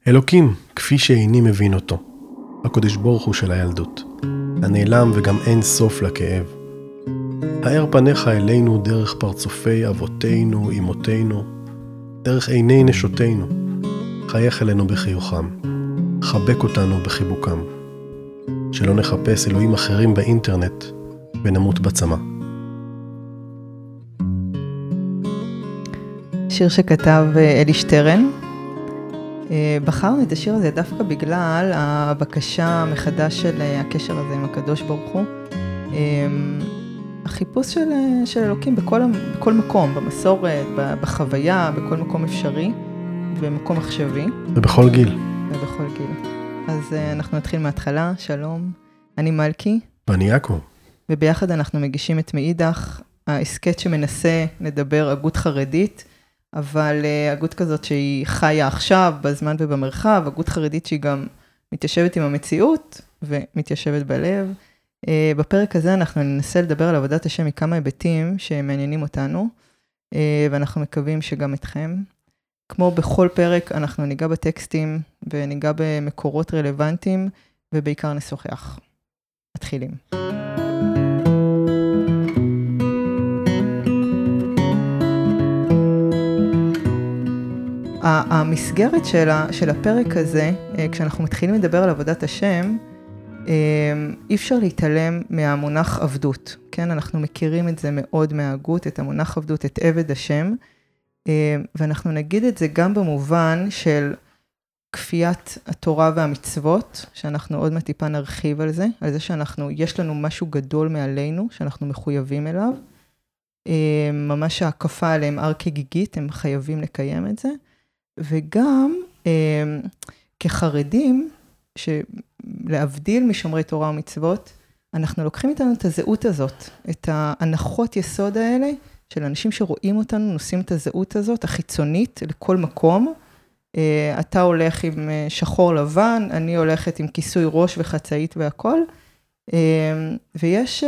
אלוקים, כפי שאיני מבין אותו, הקודש ברוך הוא של הילדות, הנעלם וגם אין סוף לכאב. האר פניך אלינו דרך פרצופי אבותינו, אמותינו, דרך עיני נשותינו, חייך אלינו בחיוכם, חבק אותנו בחיבוקם, שלא נחפש אלוהים אחרים באינטרנט ונמות בצמא. שיר שכתב אלי שטרן. בחרנו את השיר הזה דווקא בגלל הבקשה מחדש של הקשר הזה עם הקדוש ברוך הוא. החיפוש של אלוקים בכל מקום, במסורת, בחוויה, בכל מקום אפשרי ובמקום מחשבי. ובכל גיל. ובכל גיל. אז אנחנו נתחיל מההתחלה. שלום, אני מלכי. ואני יעקב. וביחד אנחנו מגישים את מאידך, העסקת שמנסה לדבר הגות חרדית, אבל הגות כזאת שהיא חיה עכשיו, בזמן ובמרחב, הגות חרדית שהיא גם מתיישבת עם המציאות ומתיישבת בלב. בפרק הזה אנחנו ננסה לדבר על עבודת השם מכמה היבטים שמעניינים אותנו, ואנחנו מקווים שגם אתכם. כמו בכל פרק אנחנו ניגע בטקסטים וניגע במקורות רלוונטיים, ובעיקר נשוחח. מתחילים. המסגרת של הפרק הזה, כשאנחנו מתחילים לדבר על עבודת השם, אי אפשר להתעלם מהמונח עבדות. כן, אנחנו מכירים את זה מאוד מההגות, את המונח עבדות, את עבד השם, ואנחנו נגיד את זה גם במובן של כפיית התורה והמצוות, שאנחנו עוד מעט נרחיב על זה יש לנו משהו גדול מעלינו, שאנחנו מחויבים אליו, ממש ההקפה עליהם הר כגיגית, הם חייבים לקיים את זה, וגם כחרדים, שלהבדיל משומרי תורה ומצוות, אנחנו לוקחים איתנו את הזהות הזאת, את ההנחות יסוד האלה, של אנשים שרואים אותנו, נושאים את הזהות הזאת, החיצונית, לכל מקום. אתה הולך עם שחור לבן, אני הולכת עם כיסוי ראש וחצאית והכל, ויש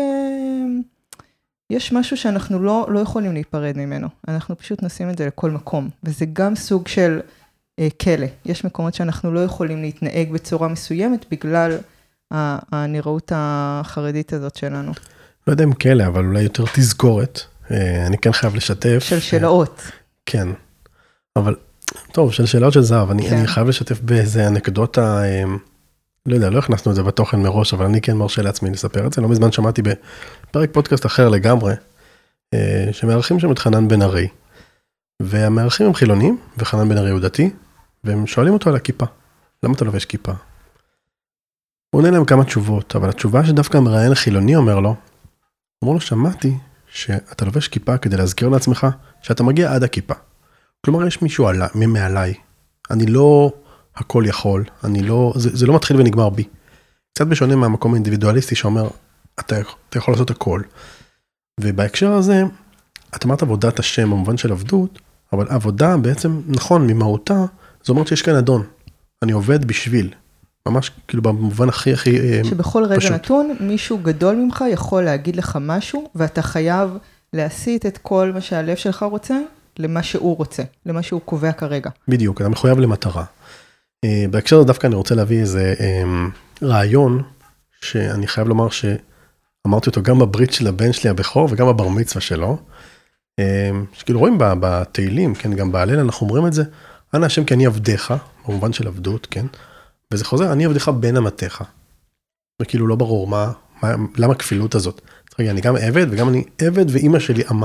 משהו שאנחנו לא יכולים להיפרד ממנו, אנחנו פשוט נשים את זה לכל מקום, וזה גם סוג של כלא. יש מקומות שאנחנו לא יכולים להתנהג בצורה מסוימת, בגלל הנראות החרדית הזאת שלנו. לא יודע אם כלא, אבל אולי יותר תזכורת. אני כן חייב לשתף. של שאלות. כן. אבל, טוב, של שאלות של זהב. אני חייב לשתף באיזה אנקדוטה, לא יודע, לא הכנסנו את זה בתוכן מראש, אבל אני כן מרשה לעצמי לספר את זה. לא מזמן שמעתי בפרק פודקאסט אחר לגמרי, שמארחים שם את חנן בן ארי. והמארחים הם חילונים, וחנן בן ארי הוא דתי, והם שואלים אותו על הכיפה. למה אתה לובש כיפה? הוא עונה להם כמה תשובות, אבל התשובה שדווקא המראיין החילוני אומר לו, שמעתי שאתה לובש כיפה כדי להזכיר לעצמך שאתה מגיע עד הכיפה. כלומר, יש מישהו מעליי. אני לא הכל יכול, זה לא מתחיל ונגמר בי. קצת בשונה מהמקום האינדיבידואליסטי שאומר, אתה יכול לעשות הכל. ובהקשר הזה, את אמרת עבודת השם במובן של עבדות, אבל עבודה בעצם, נכון, ממהותה, זאת אומרת שיש כאן אדון. אני עובד בשביל. ממש כאילו במובן הכי שבכל רגע נתון, מישהו גדול ממך יכול להגיד לך משהו, ואתה חייב להסיט את כל מה שהלב שלך רוצה, למה שהוא רוצה, למה שהוא קובע כרגע. בדיוק, אתה מחויב למטרה. בהקשר הזה דווקא אני רוצה להביא איזה רעיון, שאני חייב לומר שאמרתי אותו גם בברית של הבן שלי הבכור, וגם בבר מצווה שלו, שכאילו רואים בתהילים, כן, גם בהלל אנחנו אומרים את זה, אנא השם כי אני עבדך, במובן של עבדות, כן, וזה חוזר, אני עבדך בין אמתך. וכאילו לא ברור למה הכפילות הזאת. רגע, אני גם עבד, וגם אני עבד, ואמא שלי אמה.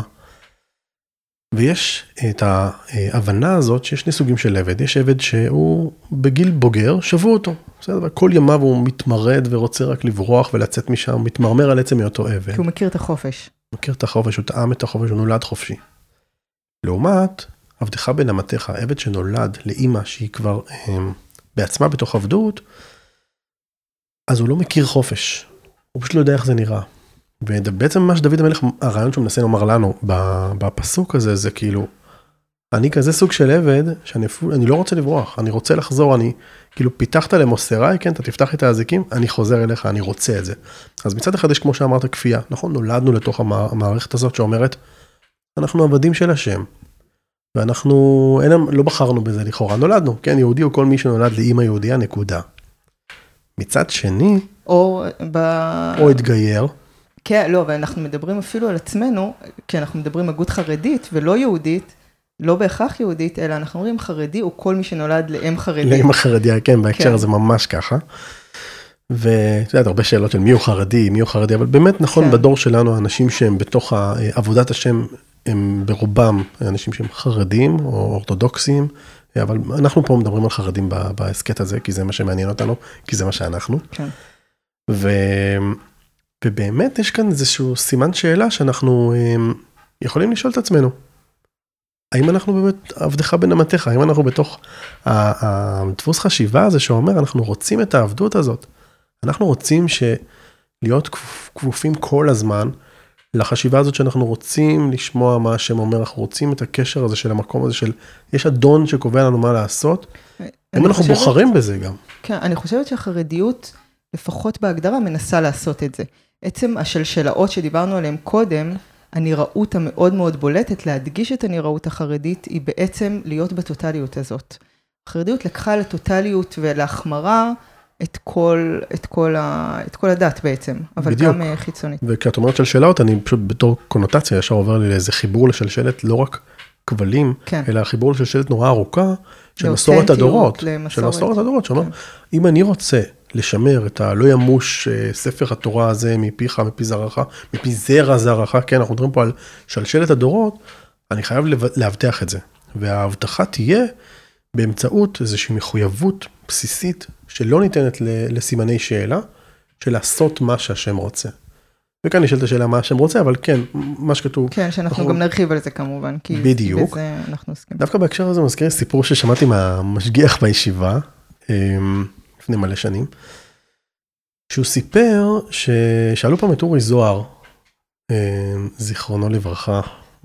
ויש את ההבנה הזאת שיש שני סוגים של עבד. יש עבד שהוא בגיל בוגר, שבו אותו. בסדר? כל ימיו הוא מתמרד ורוצה רק לברוח ולצאת משם, מתמרמר על עצם מאותו עבד. כי הוא מכיר את החופש. מכיר את החופש, הוא טעם את החופש, הוא נולד חופשי. לעומת, עבדך בין אמתך, עבד שנולד לאמא שהיא כבר בעצמה בתוך עבדות, אז הוא לא מכיר חופש. הוא פשוט לא יודע איך זה נראה. ובעצם מה שדוד המלך, הרעיון שהוא מנסה לומר לנו בפסוק הזה, זה כאילו, אני כזה סוג של עבד, שאני לא רוצה לברוח, אני רוצה לחזור, אני כאילו פיתחת למוסריי, כן, אתה תפתח את האזיקים, אני חוזר אליך, אני רוצה את זה. אז מצד אחד יש כמו שאמרת כפייה, נכון, נולדנו לתוך המערכת הזאת שאומרת, אנחנו עבדים של השם, ואנחנו לא בחרנו בזה לכאורה, נולדנו, כן, יהודי הוא כל מי שנולד לאמא יהודיה, נקודה. מצד שני, או התגייר. כן, לא, ואנחנו מדברים אפילו על עצמנו, כי אנחנו מדברים הגות חרדית ולא יהודית, לא בהכרח יהודית, אלא אנחנו אומרים חרדי הוא כל מי שנולד לאם חרדית. לאם החרדיה, כן, בהקשר הזה ממש ככה. ואת יודעת, הרבה שאלות של מי הוא חרדי, אבל באמת נכון, בדור שלנו, האנשים שהם בתוך עבודת השם, הם ברובם אנשים שהם חרדים או אורתודוקסים, אבל אנחנו פה מדברים על חרדים בעסקת הזה, כי זה מה שמעניין אותנו, כי זה מה שאנחנו. כן. ובאמת יש כאן איזשהו סימן שאלה שאנחנו יכולים לשאול את עצמנו. האם אנחנו באמת עבדך בנעמתך? האם אנחנו בתוך הדפוס חשיבה הזה שאומר, אנחנו רוצים את העבדות הזאת? אנחנו רוצים להיות כפופים כל הזמן לחשיבה הזאת שאנחנו רוצים לשמוע מה השם אומר, אנחנו רוצים את הקשר הזה של המקום הזה של, יש אדון שקובע לנו מה לעשות, אם אנחנו בוחרים בזה גם. כן, אני חושבת שהחרדיות, לפחות בהגדרה, מנסה לעשות את זה. עצם השלשלאות שדיברנו עליהן קודם, הנראות המאוד מאוד בולטת, להדגיש את הנראות החרדית, היא בעצם להיות בטוטליות הזאת. החרדיות לקחה לטוטליות ולהחמרה את כל הדת בעצם, אבל בדיוק. גם חיצונית. וכשאת אומרת שלשלות, אני פשוט בתור קונוטציה, ישר עובר לי לאיזה חיבור לשלשלת, לא רק כבלים, כן. אלא חיבור לשלשלת נורא ארוכה, של מסורת הדורות, שאומר, אם אני רוצה לשמר את הלא ימוש ספר התורה הזה מפיך, מפי זרעך, מפי זרע זרעך, כן, אנחנו מדברים פה על שלשלת הדורות, אני חייב להבטח את זה. וההבטחה תהיה באמצעות איזושהי מחויבות בסיסית, שלא ניתנת לסימני שאלה, של לעשות מה שהשם רוצה. וכאן נשאלת השאלה מה השם רוצה, אבל כן, מה שכתוב. כן, שאנחנו גם נרחיב על זה כמובן, כי בדיוק. בזה אנחנו עוסקים. דווקא בהקשר הזה מזכיר סיפור ששמעתי מהמשגיח בישיבה, לפני מלא שנים, שהוא סיפר ששאלו פעם את אורי זוהר, זיכרונו לברכה,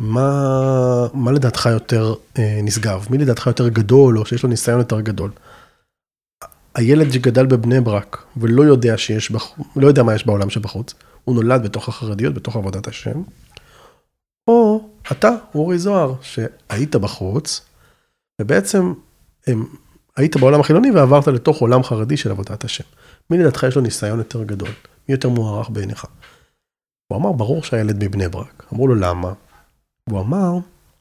מה לדעתך יותר נשגב? מי לדעתך יותר גדול, או שיש לו ניסיון יותר גדול? הילד שגדל בבני ברק, ולא יודע לא יודע מה יש בעולם שבחוץ, הוא נולד בתוך החרדיות, בתוך עבודת השם, או אתה, אורי זוהר, שהיית בחוץ, ובעצם היית בעולם החילוני, ועברת לתוך עולם חרדי של עבודת השם. מי לדעתך יש לו ניסיון יותר גדול? מי יותר מוערך בעיניך? הוא אמר, ברור שהילד בבני ברק. אמרו לו, למה? הוא אמר,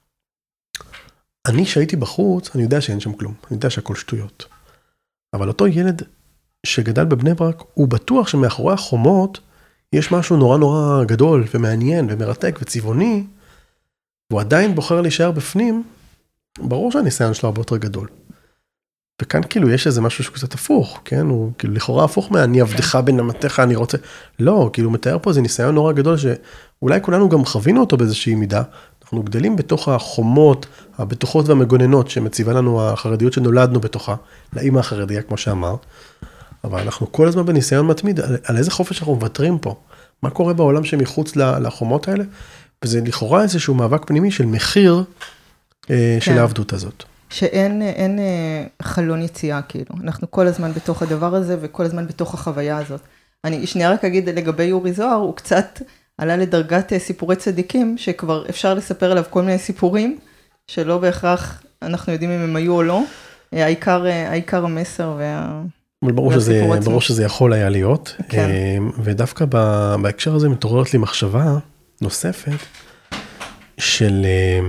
אני שהייתי בחוץ, אני יודע שאין שם כלום. אני יודע שהכל שטויות. אבל אותו ילד שגדל בבני ברק, הוא בטוח שמאחורי החומות, יש משהו נורא נורא גדול ומעניין ומרתק וצבעוני, והוא עדיין בוחר להישאר בפנים, ברור שהניסיון שלו הרבה יותר גדול. וכאן כאילו יש איזה משהו שקצת הפוך, כן? הוא כאילו לכאורה הפוך אני עבדך בנעמתך, אני רוצה... לא, כאילו מתאר פה איזה ניסיון נורא גדול, שאולי כולנו גם חווינו אותו באיזושהי מידה, אנחנו גדלים בתוך החומות, הבטוחות והמגוננות, שמציבה לנו החרדיות שנולדנו בתוכה, לאמא החרדיה, כמו שאמר, אבל אנחנו כל הזמן בניסיון מתמיד, על איזה חופש אנחנו מוותרים פה, מה קורה בעולם שמחוץ לחומות האלה, וזה לכאורה איזשהו מאבק פנימי של מחיר של העבדות הזאת. שאין חלון יציאה, כאילו. אנחנו כל הזמן בתוך הדבר הזה, וכל הזמן בתוך החוויה הזאת. אני שנייה רק אגיד לגבי יורי זוהר, הוא קצת עלה לדרגת סיפורי צדיקים, שכבר אפשר לספר עליו כל מיני סיפורים, שלא בהכרח אנחנו יודעים אם הם היו או לא. העיקר המסר והסיפור עצמו. ברור שזה יכול היה להיות. כן. ודווקא בהקשר הזה מתעוררת לי מחשבה נוספת, של...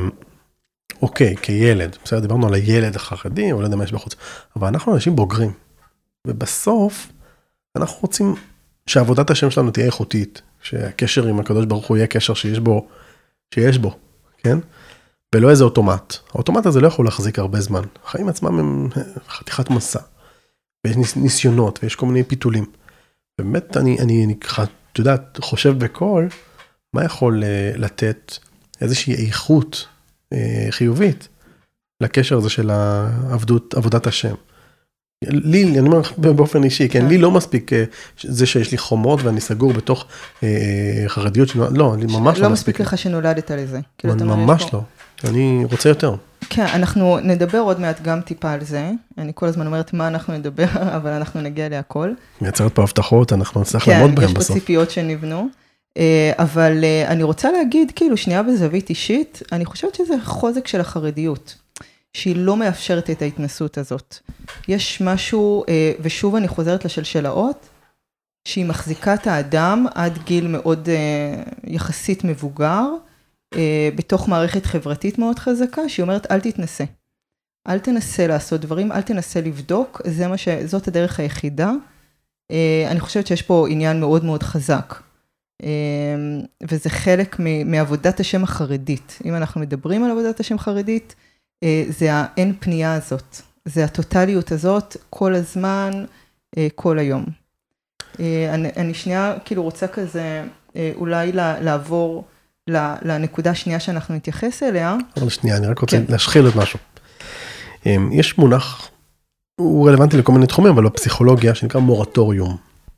אוקיי, כילד, בסדר, דיברנו על הילד החרדי, או לא יודע מה יש בחוץ, אבל אנחנו אנשים בוגרים, ובסוף אנחנו רוצים שעבודת השם שלנו תהיה איכותית, שהקשר עם הקדוש ברוך הוא יהיה קשר שיש בו, כן? ולא איזה אוטומט. האוטומט הזה לא יכול להחזיק הרבה זמן. החיים עצמם הם חתיכת מסע, ויש ניסיונות, ויש כל מיני פיתולים. באמת, אני אתה יודע, חושב בכל, מה יכול לתת איזושהי איכות, חיובית, לקשר הזה של עבודת השם. לי, אני אומר באופן אישי, כן, לי לא מספיק זה שיש לי חומות ואני סגור בתוך חרדיות, לא, אני ממש לא מספיק. לא מספיק לך שנולדת לזה. ממש לא, אני רוצה יותר. כן, אנחנו נדבר עוד מעט גם טיפה על זה, אני כל הזמן אומרת מה אנחנו נדבר, אבל אנחנו נגיע להכל. מייצרת פה הבטחות, אנחנו נצטרך לעמוד בהם בסוף. כן, יש פה ציפיות שנבנו. אבל אני רוצה להגיד, כאילו, שנייה בזווית אישית, אני חושבת שזה חוזק של החרדיות, שהיא לא מאפשרת את ההתנסות הזאת. יש משהו, ושוב אני חוזרת לשלשלאות, שהיא מחזיקה את האדם עד גיל מאוד יחסית מבוגר, בתוך מערכת חברתית מאוד חזקה, שהיא אומרת, אל תתנסה. אל תנסה לעשות דברים, אל תנסה לבדוק, זאת הדרך היחידה. אני חושבת שיש פה עניין מאוד מאוד חזק. וזה חלק מעבודת השם החרדית. אם אנחנו מדברים על עבודת השם חרדית, זה האין פנייה הזאת. זה הטוטליות הזאת, כל הזמן, כל היום. אני שנייה כאילו רוצה כזה, אולי לעבור לנקודה השנייה שאנחנו נתייחס אליה. אבל שנייה, אני רק רוצה להשחיל עוד משהו. יש מונח, הוא רלוונטי לכל מיני תחומים, אבל לא פסיכולוגיה, שנקרא מורטוריום.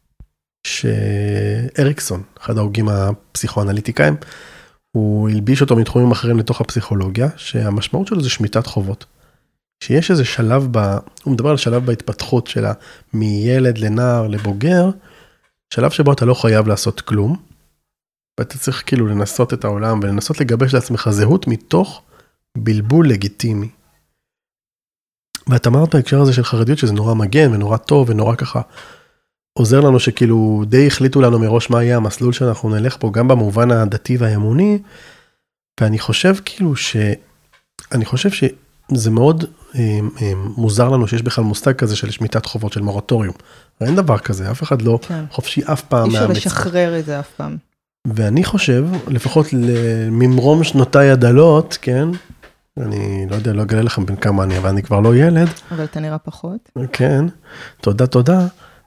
שאריקסון, אחד ההוגים הפסיכואנליטיקאים, הוא הלביש אותו מתחומים אחרים לתוך הפסיכולוגיה, שהמשמעות שלו זה שמיטת חובות. שיש איזה שלב, הוא מדבר על שלב בהתפתחות שלה, מילד לנער לבוגר, שלב שבו אתה לא חייב לעשות כלום, ואתה צריך כאילו לנסות את העולם, ולנסות לגבש לעצמך זהות מתוך בלבול לגיטימי. ואת אמרת בהקשר הזה של חרדיות, שזה נורא מגן ונורא טוב ונורא ככה, עוזר לנו שכאילו די החליטו לנו מראש מה יהיה המסלול שאנחנו נלך פה, גם במובן הדתי והימוני, ואני חושב כאילו אני חושב שזה מאוד מוזר לנו שיש בכלל מושג כזה של שמיטת חובות של מורטוריום. אין דבר כזה, אף אחד לא חופשי אף פעם מהמצווה. אי אפשר לשחרר את זה אף פעם. ואני חושב, לפחות ממרום שנותיי הדלות, כן, אני לא יודע, לא אגלה לכם בין כמה אני, אבל אני כבר לא ילד. אבל אתה נראה פחות. כן, תודה.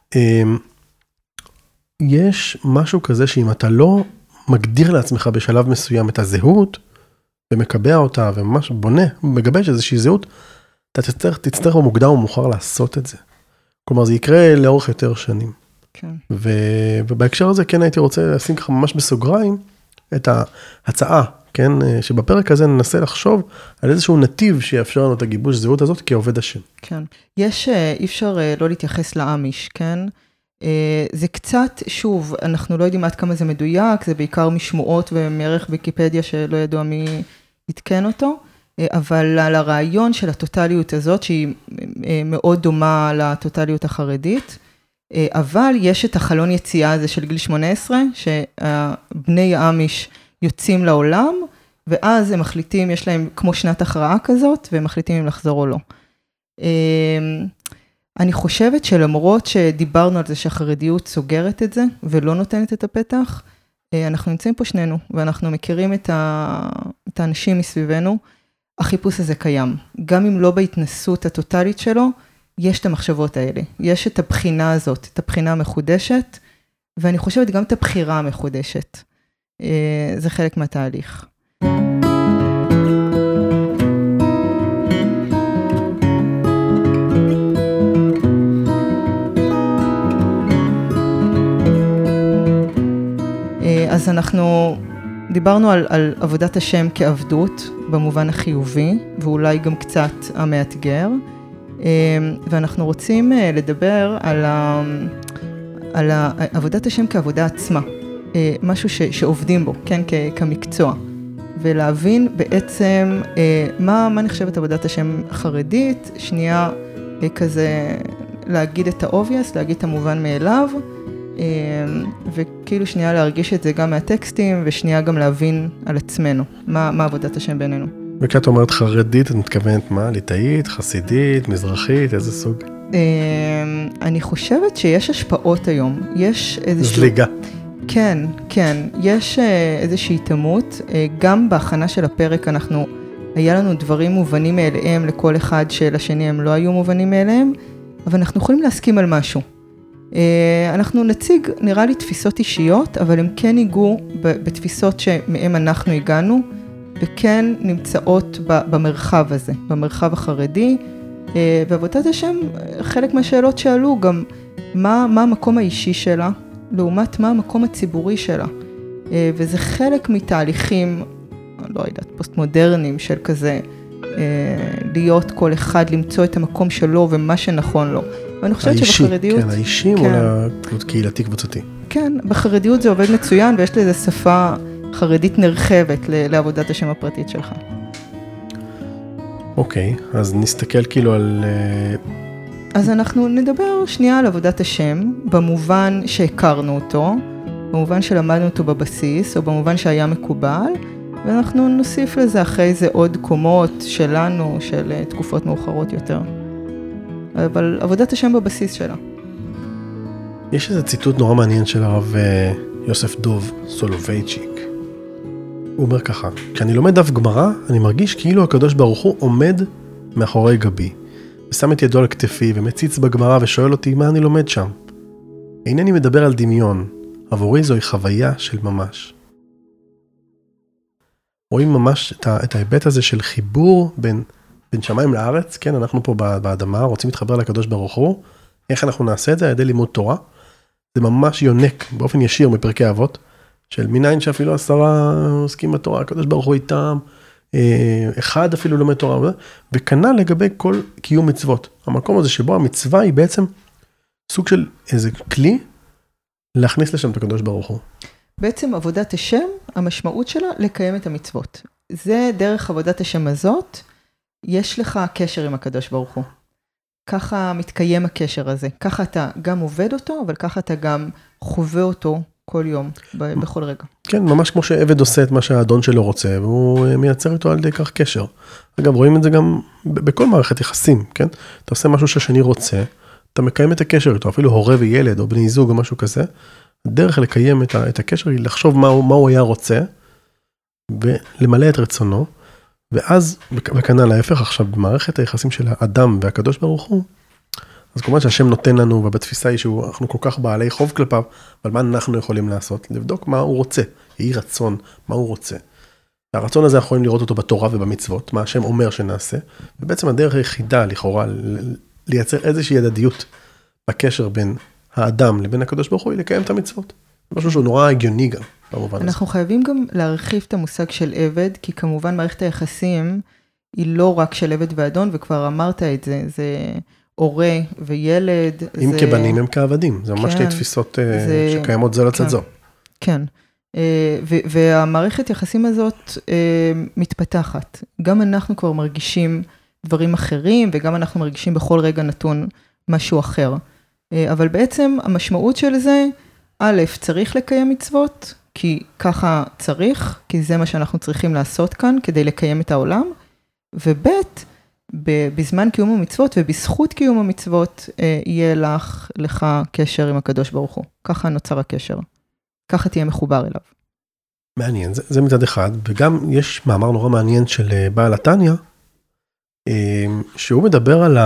יש משהו כזה שאם אתה לא מגדיר לעצמך בשלב מסוים את הזהות, ומקבע אותה וממש בונה, מגבש איזושהי זהות, אתה תצטרך במוקדם ומאוחר לעשות את זה. כלומר, זה יקרה לאורך יותר שנים. כן. ובהקשר הזה כן הייתי רוצה לשים ככה ממש בסוגריים את ההצעה, כן, שבפרק הזה ננסה לחשוב על איזשהו נתיב שיאפשר לנו את הגיבוש זהות הזאת כעובד השם. כן. אי אפשר לא להתייחס לאמיש, כן? זה קצת, שוב, אנחנו לא יודעים עד כמה זה מדויק, זה בעיקר משמועות ומערך ויקיפדיה שלא ידוע מי יתקן אותו, אבל על הרעיון של הטוטליות הזאת, שהיא מאוד דומה לטוטליות החרדית, אבל יש את החלון יציאה הזה של גיל 18, שבני האמיש יוצאים לעולם, ואז הם מחליטים, יש להם כמו שנת הכרעה כזאת, והם מחליטים אם לחזור או לא. אני חושבת שלמרות שדיברנו על זה שהחרדיות סוגרת את זה, ולא נותנת את הפתח, אנחנו נמצאים פה שנינו, ואנחנו מכירים את האנשים מסביבנו, החיפוש הזה קיים. גם אם לא בהתנסות הטוטלית שלו, יש את המחשבות האלה. יש את הבחינה הזאת, את הבחינה המחודשת, ואני חושבת גם את הבחירה המחודשת. זה חלק מהתהליך. אז אנחנו דיברנו על עבודת השם כעבדות, במובן החיובי, ואולי גם קצת המאתגר, ואנחנו רוצים לדבר על עבודת השם כעבודה עצמה, משהו שעובדים בו, כן, כמקצוע, ולהבין בעצם מה נחשבת עבודת השם חרדית, שנייה כזה להגיד את האובייס, להגיד את המובן מאליו, וכאילו שנייה להרגיש את זה גם מהטקסטים, ושנייה גם להבין על עצמנו, מה עבודת השם בינינו. וכאת אומרת חרדית, את מתכוונת מה? ליטאית, חסידית, מזרחית, איזה סוג? אני חושבת שיש השפעות היום, יש איזושהי... זליגה. כן, יש איזושהי התאמות, גם בהכנה של הפרק היה לנו דברים מובנים מאליהם, לכל אחד שלשני הם לא היו מובנים מאליהם, אבל אנחנו יכולים להסכים על משהו. אנחנו נציג, נראה לי, תפיסות אישיות, אבל הם כן ייגעו בתפיסות שמהם אנחנו הגענו, וכן נמצאות במרחב הזה, במרחב החרדי, ועבודת השם, חלק מהשאלות שעלו גם, מה המקום האישי שלה, לעומת מה המקום הציבורי שלה, וזה חלק מתהליכים, לא יודעת, פוסט-מודרניים של כזה, להיות כל אחד, למצוא את המקום שלו ומה שנכון לו. ואני חושבת שבחרדיות... כן, האישי מול הקהילתי קבוצתי. כן, בחרדיות זה עובד מצוין, ויש לזה שפה חרדית נרחבת לעבודת השם הפרטית שלך. אוקיי, אז נסתכל כאילו על... אז אנחנו נדבר שנייה על עבודת השם, במובן שהכרנו אותו, במובן שלמדנו אותו בבסיס, או במובן שהיה מקובל, ואנחנו נוסיף לזה אחרי זה עוד קומות שלנו, של תקופות מאוחרות יותר. אבל עבודת השם בבסיס שלה. יש איזה ציטוט נורא מעניין של הרב יוסף דוב סולובייצ'יק. הוא אומר ככה, כשאני לומד דף גמרא, אני מרגיש כאילו הקדוש ברוך הוא עומד מאחורי גבי, ושם את ידו על כתפי ומציץ בגמרא ושואל אותי מה אני לומד שם. אינני מדבר על דמיון, עבורי זוהי חוויה של ממש. רואים ממש את ההיבט הזה של חיבור בין שמיים לארץ, כן, אנחנו פה באדמה, רוצים להתחבר לקדוש ברוך הוא, איך אנחנו נעשה את זה? על ידי לימוד תורה. זה ממש יונק באופן ישיר מפרקי אבות, של מניין שאפילו 10 עוסקים בתורה, הקדוש ברוך הוא איתם, אחד אפילו לומד תורה, וכנ"ל לגבי כל קיום מצוות. המקום הזה שבו המצווה היא בעצם סוג של איזה כלי, להכניס לשם את הקדוש ברוך הוא. בעצם עבודת השם, המשמעות שלה לקיים את המצוות. זה דרך עבודת השם הזאת, יש לך קשר עם הקדוש ברוך הוא. ככה מתקיים הקשר הזה. ככה אתה גם עובד אותו, אבל ככה אתה גם חווה אותו כל יום, בכל רגע. כן, ממש כמו שעבד עושה את מה שהאדון שלו רוצה, והוא מייצר איתו על ידי כך קשר. אגב, רואים את זה גם בכל מערכת יחסים, כן? אתה עושה משהו שהשני רוצה, אתה מקיים את הקשר איתו, אפילו הורה וילד או בני זוג או משהו כזה, הדרך לקיים את הקשר היא לחשוב מה הוא היה רוצה, ולמלא את רצונו, ואז, וכנ"ל ההפך, עכשיו במערכת היחסים של האדם והקדוש ברוך הוא, אז כמובן שהשם נותן לנו, ובתפיסה היא שאנחנו כל כך בעלי חוב כלפיו, אבל מה אנחנו יכולים לעשות? לבדוק מה הוא רוצה, יהי רצון, מה הוא רוצה. והרצון הזה אנחנו יכולים לראות אותו בתורה ובמצוות, מה השם אומר שנעשה, ובעצם הדרך היחידה לכאורה לייצר איזושהי הדדיות בקשר בין האדם לבין הקדוש ברוך הוא, היא לקיים את המצוות. זה משהו שהוא נורא הגיוני גם, במובן הזה. אנחנו חייבים גם להרחיב את המושג של עבד, כי כמובן מערכת היחסים היא לא רק של עבד ואדון, וכבר אמרת את זה, זה הורה וילד. אם כבנים הם כעבדים, זה ממש שתי תפיסות שקיימות זו לצד זו. כן, והמערכת יחסים הזאת מתפתחת. גם אנחנו כבר מרגישים דברים אחרים, וגם אנחנו מרגישים בכל רגע נתון משהו אחר. אבל בעצם המשמעות של זה, א', צריך לקיים מצוות, כי ככה צריך, כי זה מה שאנחנו צריכים לעשות כאן, כדי לקיים את העולם, וב', בזמן קיום המצוות ובזכות קיום המצוות, יהיה לך קשר עם הקדוש ברוך הוא. ככה נוצר הקשר. ככה תהיה מחובר אליו. מעניין, זה מצד אחד, וגם יש מאמר נורא מעניין של בעל התניא, שהוא מדבר על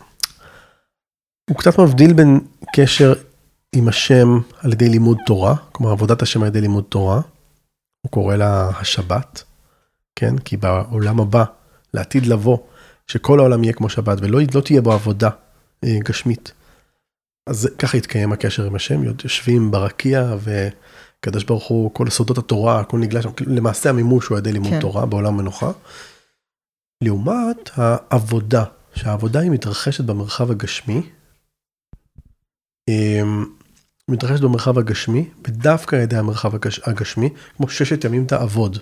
הוא קצת מבדיל בין קשר עם השם על ידי לימוד תורה, כלומר עבודת השם על ידי לימוד תורה, הוא קורא לה השבת, כן? כי בעולם הבא, לעתיד לבוא, שכל העולם יהיה כמו שבת, ולא תהיה בו עבודה גשמית. אז ככה יתקיים הקשר עם השם, יושבים ברקיע, וקדוש ברוך הוא, כל סודות התורה, הכל נגלה שם, למעשה המימוש הוא על ידי לימוד תורה, בעולם מנוחה. לעומת העבודה, שהעבודה היא מתרחשת במרחב הגשמי, מתרחשת במרחב הגשמי, ודווקא על ידי המרחב הגשמי, כמו 6 ימים תעבוד.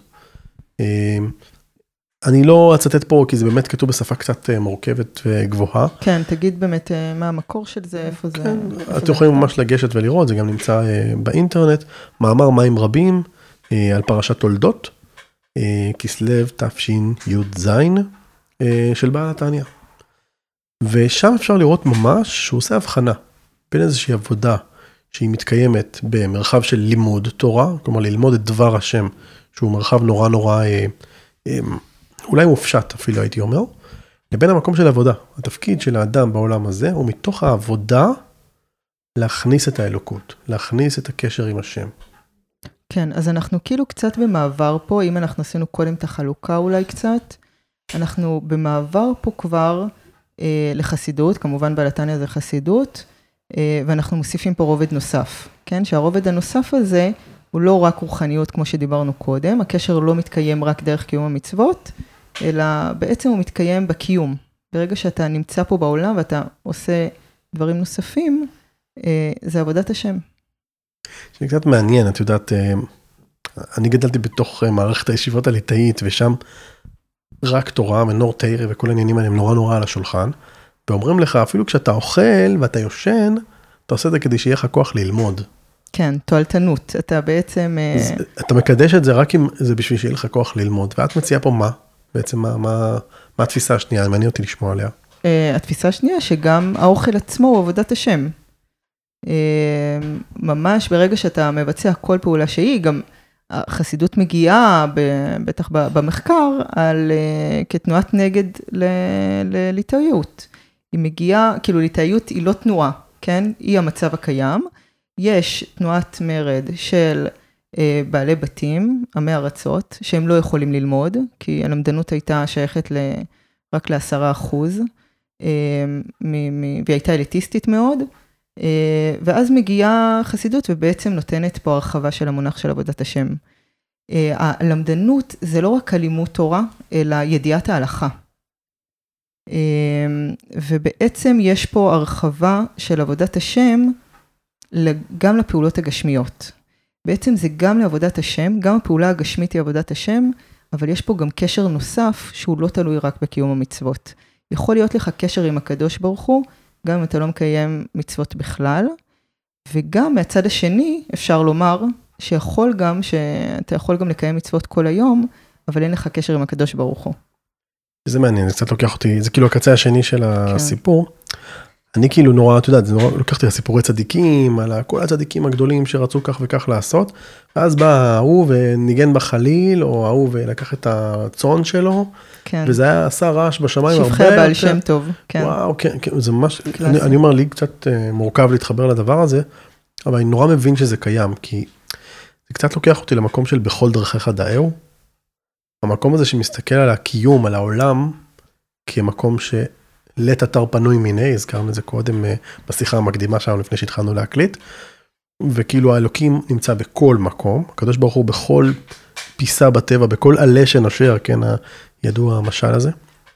אני לא אצטט פה, כי זה באמת כתוב בשפה קצת מורכבת וגבוהה. כן, תגיד באמת מה המקור של זה, איפה זה. כן, אתם יכולים ממש לגשת ולראות, זה גם נמצא באינטרנט, מאמר מים רבים על פרשת תולדות, כסלו תשי"ז של בעל התניא. ושם אפשר לראות ממש שהוא עושה הבחנה בין איזושהי עבודה שהיא מתקיימת במרחב של לימוד תורה, כלומר ללמוד את דבר השם, שהוא מרחב נורא נורא, אולי מופשט אפילו הייתי אומר, לבין המקום של עבודה. התפקיד של האדם בעולם הזה הוא מתוך העבודה להכניס את האלוקות, להכניס את הקשר עם השם. כן, אז אנחנו כאילו קצת במעבר פה, אם אנחנו עשינו קודם את החלוקה אולי קצת, אנחנו במעבר פה כבר לחסידות, כמובן בעל התניא זה חסידות, ואנחנו מוסיפים פה רובד נוסף, כן? שהרובד הנוסף הזה הוא לא רק רוחניות כמו שדיברנו קודם, הקשר לא מתקיים רק דרך קיום המצוות, אלא בעצם הוא מתקיים בקיום. ברגע שאתה נמצא פה בעולם ואתה עושה דברים נוספים, זה עבודת השם. זה קצת מעניין, את יודעת, אני גדלתי בתוך מערכת הישיבות הליטאית, ושם רק תורה ונור תירה וכל העניינים האלה הם נורא על השולחן, ואומרים לך, אפילו כשאתה אוכל ואתה יושן, אתה עושה את זה כדי שיהיה לך כוח ללמוד. כן, תועלתנות, אתה בעצם... אתה מקדש את זה רק אם זה בשביל שיהיה לך כוח ללמוד, ואת מציעה פה מה? בעצם מה התפיסה השנייה? מעניין אותי לשמוע עליה. התפיסה השנייה שגם האוכל עצמו הוא עבודת השם. ממש ברגע שאתה מבצע כל פעולה שהיא, גם החסידות מגיעה, בטח במחקר, כתנועת נגד לליטאיות. היא מגיעה, כאילו ליטאיות היא לא תנועה, כן? היא המצב הקיים. יש תנועת מרד של בעלי בתים, עמי ארצות, שהם לא יכולים ללמוד, כי הלמדנות הייתה שייכת רק ל10%, והיא הייתה אליטיסטית מאוד, ואז מגיעה חסידות ובעצם נותנת פה הרחבה של המונח של עבודת השם. הלמדנות זה לא רק לימוד תורה, אלא ידיעת ההלכה. ובעצם יש פה הרחבה של עבודת השם, גם לפעולות הגשמיות. בעצם זה גם לעבודת השם, גם הפעולה הגשמית היא עבודת השם, אבל יש פה גם קשר נוסף שהוא לא תלוי רק בקיום המצוות. יכול להיות לך קשר עם הקדוש ברוך הוא, גם אם אתה לא מקיים מצוות בכלל, וגם מהצד השני אפשר לומר שאתה יכול גם לקיים מצוות כל היום, אבל אין לך קשר עם הקדוש ברוך הוא. זה מעניין, זה קצת לוקח אותי, זה כאילו הקצה השני של הסיפור. אני כאילו נורא, אתה יודעת, לוקחתי לסיפורי צדיקים, על כל הצדיקים הגדולים שרצו כך וכך לעשות, ואז בא ההוא וניגן בחליל, או ההוא ולקח את הצאן שלו, וזה היה עשה רעש בשמיים הרבה. שבחי בעל שם טוב, כן. וואו, כן, זה ממש, אני אומר לי קצת מורכב להתחבר לדבר הזה, אבל אני נורא מבין שזה קיים, כי זה קצת לוקח אותי למקום של בכל דרכיך דאהו, המקום הזה שמסתכל על הקיום, על העולם, כמקום לית אתר פנוי מיני, הזכרנו את זה קודם בשיחה המקדימה שלנו לפני שהתחלנו להקליט, וכאילו האלוקים נמצא בכל מקום, הקדוש ברוך הוא בכל פיסה בטבע, בכל עלה שנושר, כן, הידוע המשל הזה,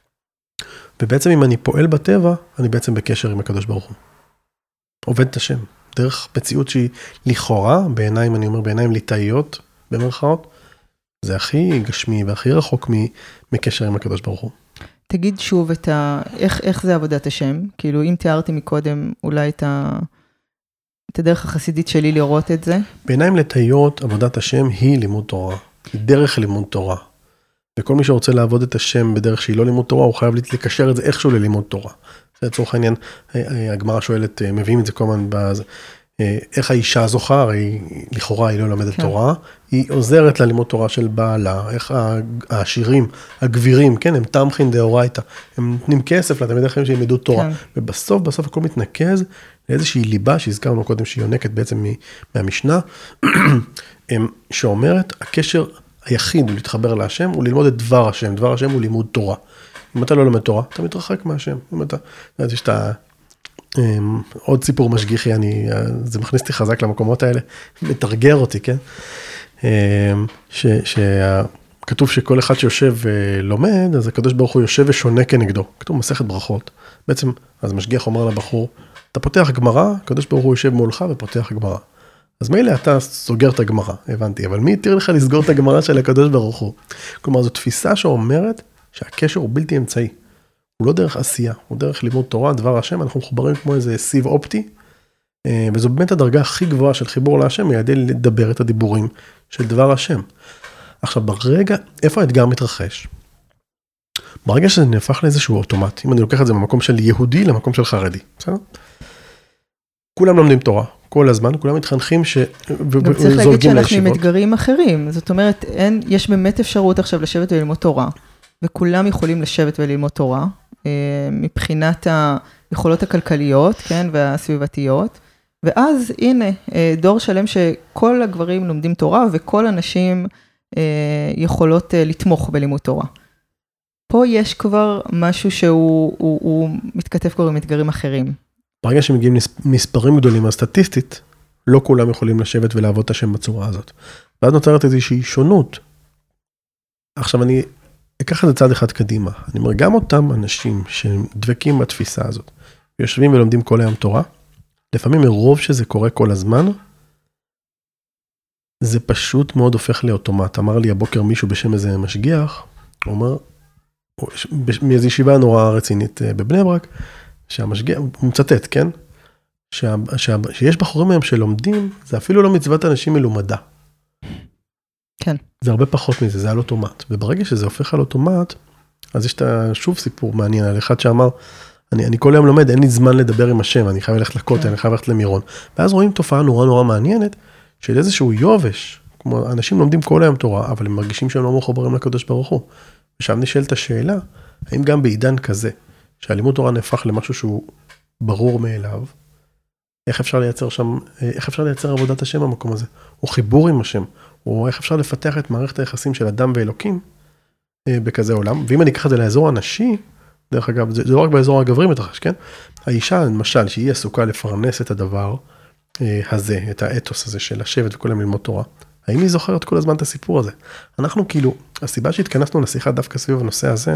ובעצם אם אני פועל בטבע, אני בעצם בקשר עם הקדוש ברוך הוא. עובד את השם, דרך מציאות שהיא לכאורה, בעיניים, אני אומר בעיניים ליטאיות, במרכאות, זה הכי גשמי והכי רחוק מקשר עם הקדוש ברוך הוא. תגיד שוב איך זה עבודת השם? כאילו, אם תיארתי מקודם אולי את הדרך החסידית שלי לראות את זה. בעיניים ליטאיות, עבודת השם היא לימוד תורה. היא דרך לימוד תורה. וכל מי שרוצה לעבוד את השם בדרך שהיא לא לימוד תורה, הוא חייב לקשר את זה איכשהו ללימוד תורה. זה לצורך העניין, הגמרא שואלת, מביאים את זה כל הזמן איך האישה זוכה, הרי לכאורה היא לא למדת תורה, היא עוזרת ללימוד תורה של בעלה, איך העשירים, הגבירים, כן, הם תמכין דאורייתא, הם נותנים כסף לתלמידי חכמים שילמדו תורה, ובסוף הכל מתנקז לאיזושהי ליבה שהזכרנו קודם שהיא יונקת בעצם מהמשנה, שאומרת, הקשר היחיד הוא להתחבר להשם, הוא ללמוד את דבר השם, דבר השם הוא לימוד תורה. אם אתה לא לומד תורה, אתה מתרחק מהשם. אם אתה, יש את עוד סיפור משגיחי, זה מכניס אותי חזק למקומות האלה, מתרגר אותי, כן? שכתוב שכל אחד שיושב ולומד, אז הקדוש ברוך הוא יושב ושונה כנגדו. כתוב מסכת ברכות. בעצם, אז משגיח אומר לבחור, אתה פותח גמרא, הקדוש ברוך הוא יושב מולך ופותח גמרא. אז מילא אתה סוגר את הגמרא, הבנתי, אבל מי יתיר לך לסגור את הגמרא של הקדוש ברוך הוא? כלומר, זו תפיסה שאומרת שהקשר הוא בלתי אמצעי. הוא לא דרך עשייה, הוא דרך לימוד תורה, דבר השם, אנחנו מחוברים כמו איזה סיב אופטי, וזו באמת הדרגה הכי גבוהה של חיבור להשם, היא ידי לדבר את הדיבורים של דבר השם. עכשיו, ברגע, איפה האתגר מתרחש? ברגע שזה נהפך לאיזשהו אוטומט, אם אני לוקח את זה במקום של יהודי למקום של חרדי, בסדר? כולם לומדים תורה, כל הזמן, כולם מתחנכים גם צריך להגיד שאנחנו עם אתגרים אחרים, זאת אומרת, יש באמת אפשרות עכשיו לשבת וללמוד תורה, וכולם יכולים לשבת וללמוד תורה, מבחינת היכולות הכלכליות, כן, והסביבתיות, ואז הנה, דור שלם שכל הגברים לומדים תורה, וכל הנשים יכולות לתמוך בלימוד תורה. פה יש כבר משהו שהוא מתכתב כבר עם אתגרים אחרים. ברגע שמגיעים מספרים גדולים הסטטיסטית, לא כולם יכולים לשבת ולעבוד את השם בצורה הזאת. ואז נותרת איזושהי שונות. עכשיו אני אקח את זה צעד אחד קדימה. אני אומר, גם אותם אנשים שדבקים בתפיסה הזאת, יושבים ולומדים כל היום תורה, לפעמים מרוב שזה קורה כל הזמן, זה פשוט מאוד הופך לאוטומט. אמר לי הבוקר מישהו בשם איזה משגיח, הוא אומר, מאיזו ישיבה נורא רצינית בבני ברק, שהמשגיח, הוא מצטט, כן? שיש בחורים מהם שלומדים, זה אפילו לא מצוות אנשים מלומדה. כן. זה הרבה פחות מזה, זה על אוטומט. וברגע שזה הופך על אוטומט, אז יש שוב סיפור מעניין על אחד שאמר, אני כל היום לומד, אין לי זמן לדבר עם השם, אני חייב ללכת לכותל, אני חייב ללכת למירון. ואז רואים תופעה נורא נורא מעניינת, של איזשהו יובש, כמו אנשים לומדים כל היום תורה, אבל הם מרגישים שהם לא מחוברים לקדוש ברוך הוא. ושם נשאלת השאלה, האם גם בעידן כזה, שהלימוד תורה נהפך למשהו שהוא ברור מאליו, איך אפשר לייצר עבודת השם במקום הזה? או חיבור עם השם, או איך אפשר לפתח את מערכת היחסים של אדם ואלוקים בכזה עולם. ואם אני אקח את זה לאזור הנשי, דרך אגב, זה לא רק באזור הגברי מתרחש, כן? האישה, למשל, שהיא עסוקה לפרנס את הדבר הזה, את האתוס הזה של לשבת וכולם ללמוד תורה, האם היא זוכרת כל הזמן את הסיפור הזה? אנחנו כאילו, הסיבה שהתכנסנו לשיחה דווקא סביב הנושא הזה,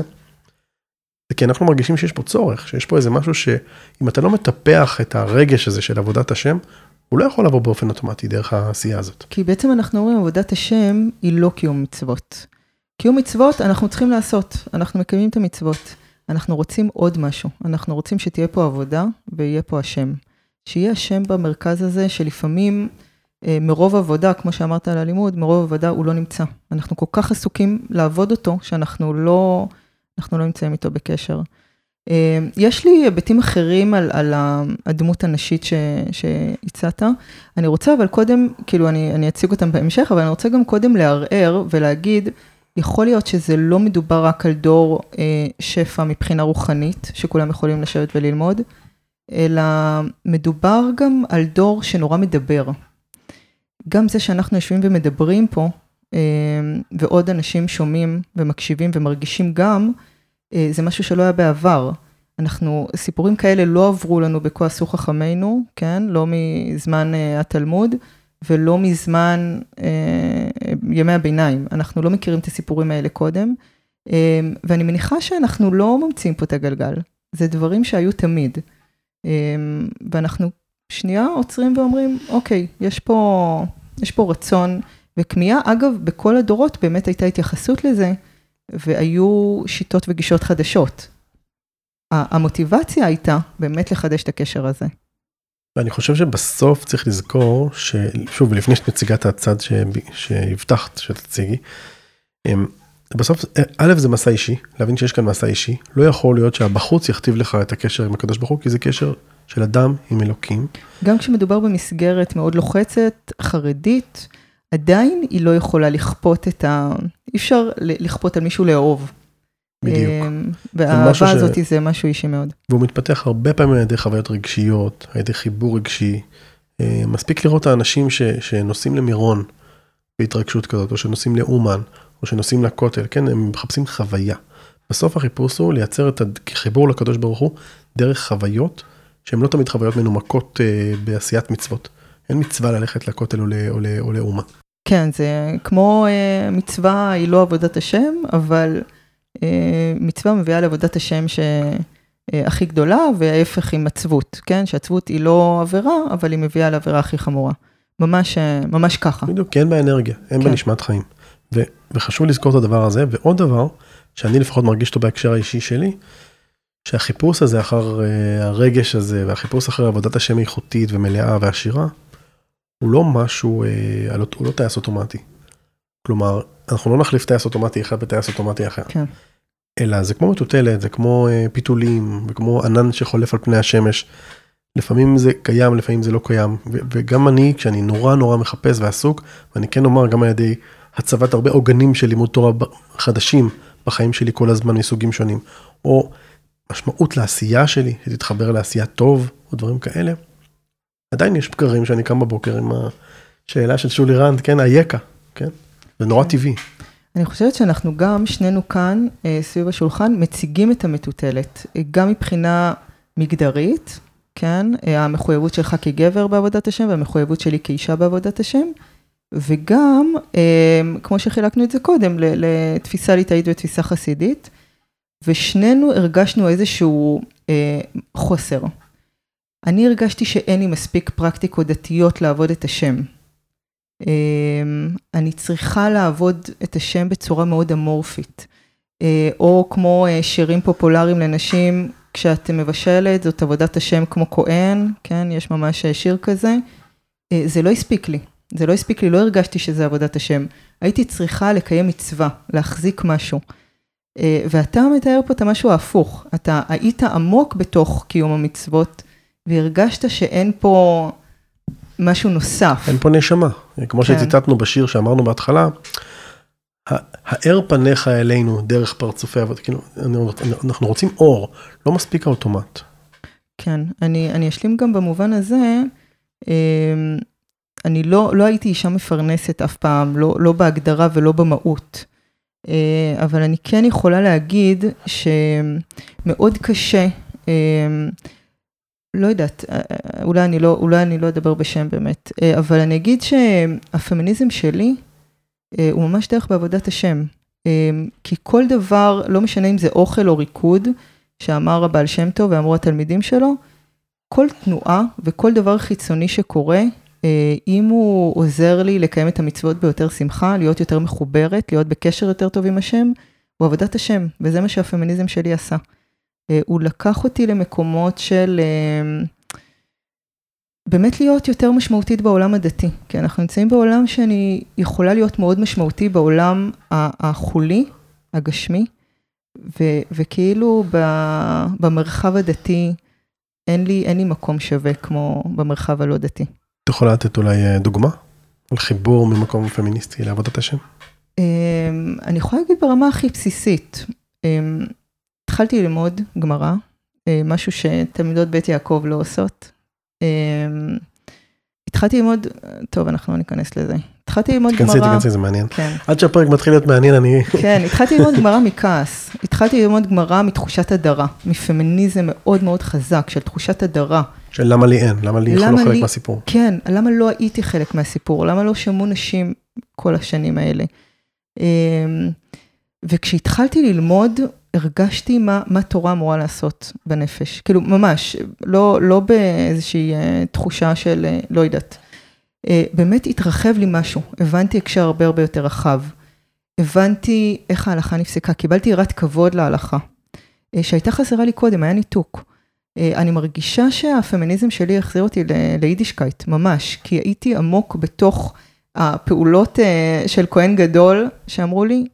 זה כי אנחנו מרגישים שיש פה צורך, שיש פה איזה משהו שאם אתה לא מטפח את הרגש הזה של עבודת השם, הוא לא יכול לעבור באופן אוטומטי דרך העשייה הזאת. כי בעצם אנחנו אומרים, עבודת השם היא לא קיום מצוות. קיום מצוות אנחנו צריכים לעשות, אנחנו מקיימים את המצוות. אנחנו רוצים עוד משהו, אנחנו רוצים שתהיה פה עבודה ויהיה פה השם. שיהיה השם במרכז הזה שלפעמים מרוב עבודה, כמו שאמרת על הלימוד, מרוב עבודה הוא לא נמצא. אנחנו כל כך עסוקים לעבוד אותו שאנחנו לא נמצאים איתו בקשר. יש לי היבטים אחרים על הדמות הנשית שהצעת. אני רוצה, אבל קודם, כאילו אני אציג אותם בהמשך, אבל אני רוצה גם קודם לערער ולהגיד, יכול להיות שזה לא מדובר רק על דור שפע מבחינה רוחנית, שכולם יכולים לשבת וללמוד, אלא מדובר גם על דור שנורא מדבר. גם זה שאנחנו יושבים ומדברים פה, ועוד אנשים שומעים ומקשיבים ומרגישים גם, זה משהו שלא היה בעבר. סיפורים כאלה לא עברו לנו בכה עשו חכמינו, כן? לא מזמן התלמוד, ולא מזמן ימי הביניים. אנחנו לא מכירים את הסיפורים האלה קודם, ואני מניחה שאנחנו לא ממציאים פה את הגלגל. זה דברים שהיו תמיד. ואנחנו שנייה עוצרים ואומרים, אוקיי, יש פה רצון וכמיהה. אגב, בכל הדורות באמת הייתה התייחסות לזה, והיו שיטות וגישות חדשות. המוטיבציה הייתה באמת לחדש את הקשר הזה. ואני חושב שבסוף צריך לזכור, שוב, לפני שנציגה את הצד שהבטחת שתציגי, בסוף, א' זה מסע אישי, להבין שיש כאן מסע אישי, לא יכול להיות שהבחוץ יכתיב לך את הקשר עם הקדוש ברוך הוא, כי זה קשר של אדם עם אלוקים. גם כשמדובר במסגרת מאוד לוחצת, חרדית, עדיין היא לא יכולה לכפות אי אפשר לכפות על מישהו לאהוב. בדיוק. והאהבה הזאת זה משהו אישי מאוד. והוא מתפתח הרבה פעמים על ידי חוויות רגשיות, על ידי חיבור רגשי. מספיק לראות האנשים שנוסעים למירון בהתרגשות כזאת, או שנוסעים לאומן, או שנוסעים לכותל, כן? הם מחפשים חוויה. בסוף החיפוש הוא לייצר את החיבור לקדוש ברוך הוא דרך חוויות, שהן לא תמיד חוויות מנומקות בעשיית מצוות. אין מצווה ללכת לכותל או לאומן. כן, זה כמו מצווה היא לא עבודת השם, אבל מצווה מביאה לעבודת השם הכי גדולה, וההפך היא מצוות, כן? שהצוות היא לא עבירה, אבל היא מביאה לעבירה הכי חמורה. ממש ככה. בדיוק, כי אין באנרגיה, אין בנשמת חיים. וחשוב לזכור את הדבר הזה, ועוד דבר, שאני לפחות מרגיש אותו בהקשר האישי שלי, שהחיפוש הזה אחר הרגש הזה, והחיפוש אחר עבודת השם איכותית ומלאה ועשירה, הוא לא משהו, הוא לא טייס אוטומטי. כלומר, אנחנו לא נחליף טייס אוטומטי אחד בטייס אוטומטי אחר. כן. אלא זה כמו מטוטלת, זה כמו פיתולים, וכמו ענן שחולף על פני השמש. לפעמים זה קיים, לפעמים זה לא קיים. וגם אני, כשאני נורא נורא מחפש ועסוק, ואני כן אומר גם על ידי הצבת הרבה עוגנים של לימוד תורה חדשים בחיים שלי כל הזמן מסוגים שונים, או משמעות לעשייה שלי, שתתחבר לעשייה טוב, או דברים כאלה. עדיין יש פקרים שאני קם בבוקר עם השאלה של שולי רנד, כן, היקה, כן? זה נורא טבעי. אני חושבת שאנחנו גם, שנינו כאן, סביב השולחן, מציגים את המטוטלת, גם מבחינה מגדרית, כן? המחויבות שלך כגבר בעבודת השם, והמחויבות שלי כאישה בעבודת השם, וגם, כמו שחילקנו את זה קודם, לתפיסה ליטאית ותפיסה חסידית, ושנינו הרגשנו איזשהו חוסר. אני הרגשתי שאין לי מספיק פרקטיקות דתיות לעבוד את השם. אני צריכה לעבוד את השם בצורה מאוד אמורפית. או כמו שירים פופולריים לנשים, כשאת מבשלת, זאת עבודת השם כמו כהן, כן, יש ממש שיר כזה. זה לא הספיק לי. זה לא הספיק לי, לא הרגשתי שזה עבודת השם. הייתי צריכה לקיים מצווה, להחזיק משהו. ואתה מתאר פה את המשהו ההפוך. אתה היית עמוק בתוך קיום המצוות, והרגשת שאין פה משהו נוסף. אין פה נשמה. כמו שציטטנו בשיר שאמרנו בהתחלה, האר פניך אלינו דרך פרצופי אבות. כאילו, אנחנו רוצים אור, לא מספיק האוטומט. כן, אני אשלים גם במובן הזה, אני לא הייתי אישה מפרנסת אף פעם, לא בהגדרה ולא במהות. אבל אני כן יכולה להגיד שמאוד קשה, לא יודעת, אולי אני לא אדבר בשם באמת, אבל אני אגיד שהפמיניזם שלי הוא ממש דרך בעבודת השם. כי כל דבר, לא משנה אם זה אוכל או ריקוד, שאמר הבעל שם טוב ואמרו התלמידים שלו, כל תנועה וכל דבר חיצוני שקורה, אם הוא עוזר לי לקיים את המצוות ביותר שמחה, להיות יותר מחוברת, להיות בקשר יותר טוב עם השם, הוא עבודת השם, וזה מה שהפמיניזם שלי עשה. הוא לקח אותי למקומות של באמת להיות יותר משמעותית בעולם הדתי, כי אנחנו נמצאים בעולם שאני יכולה להיות מאוד משמעותי בעולם החולי, הגשמי, וכאילו במרחב הדתי אין לי מקום שווה כמו במרחב הלא דתי. את יכולה לתת אולי דוגמה על חיבור ממקום פמיניסטי לעבודת השם? אני יכולה להגיד ברמה הכי בסיסית. התחלתי ללמוד גמרא, משהו שתלמידות בית יעקב לא עושות. התחלתי ללמוד, טוב, אנחנו ניכנס לזה. התחלתי ללמוד גמרא. תכנסי, זה מעניין. עד שהפרק מתחיל להיות מעניין, אני... כן, התחלתי ללמוד גמרא מכעס. התחלתי ללמוד גמרא מתחושת הדרה, מפמיניזם מאוד מאוד חזק, של תחושת הדרה. של למה לי אין, למה לי לא חלק מהסיפור. כן, למה לא הייתי חלק מהסיפור, למה לא שמעו נשים כל השנים האלה. וכשהתחלתי ללמוד, הרגשתי מה תורה אמורה לעשות בנפש. כאילו, ממש, לא באיזושהי תחושה של, לא יודעת. באמת התרחב לי משהו. הבנתי הקשר הרבה יותר רחב. הבנתי איך ההלכה נפסקה. קיבלתי יראת כבוד להלכה. שהייתה חסרה לי קודם, היה ניתוק. אני מרגישה שהפמיניזם שלי החזיר אותי ליידישקייט, ממש. כי הייתי עמוק בתוך הפעולות של כהן גדול, שאמרו לי,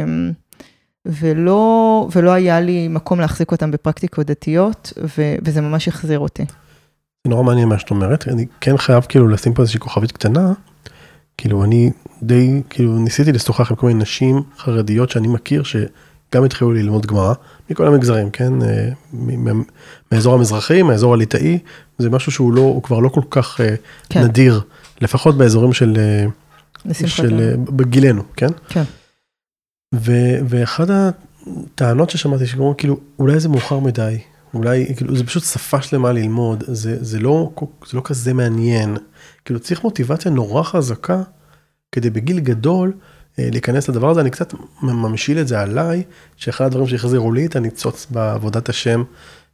ולא היה לי מקום להחזיק אותם בפרקטיקות דתיות, וזה ממש החזיר אותי. זה נורא מעניין מה שאת אומרת, אני כן חייב כאילו לשים פה איזושהי כוכבית קטנה, כאילו אני די, כאילו ניסיתי לשוחח עם כל מיני נשים חרדיות שאני מכיר, שגם התחילו ללמוד גמרא, מכל המגזרים, כן, מאזור המזרחי, מהאזור הליטאי, זה משהו שהוא כבר לא כל כך נדיר, לפחות באזורים של בגילנו, כן? כן. ואחד הטענות ששמעתי, שקוראים, כאילו, אולי זה מאוחר מדי, אולי, כאילו, זה פשוט שפה שלמה ללמוד, זה לא כזה מעניין, כאילו, צריך מוטיבציה נורא חזקה, כדי בגיל גדול, להיכנס לדבר הזה, אני קצת ממשיל את זה עליי, שאחד הדברים שהחזירו לי את הניצוץ בעבודת השם,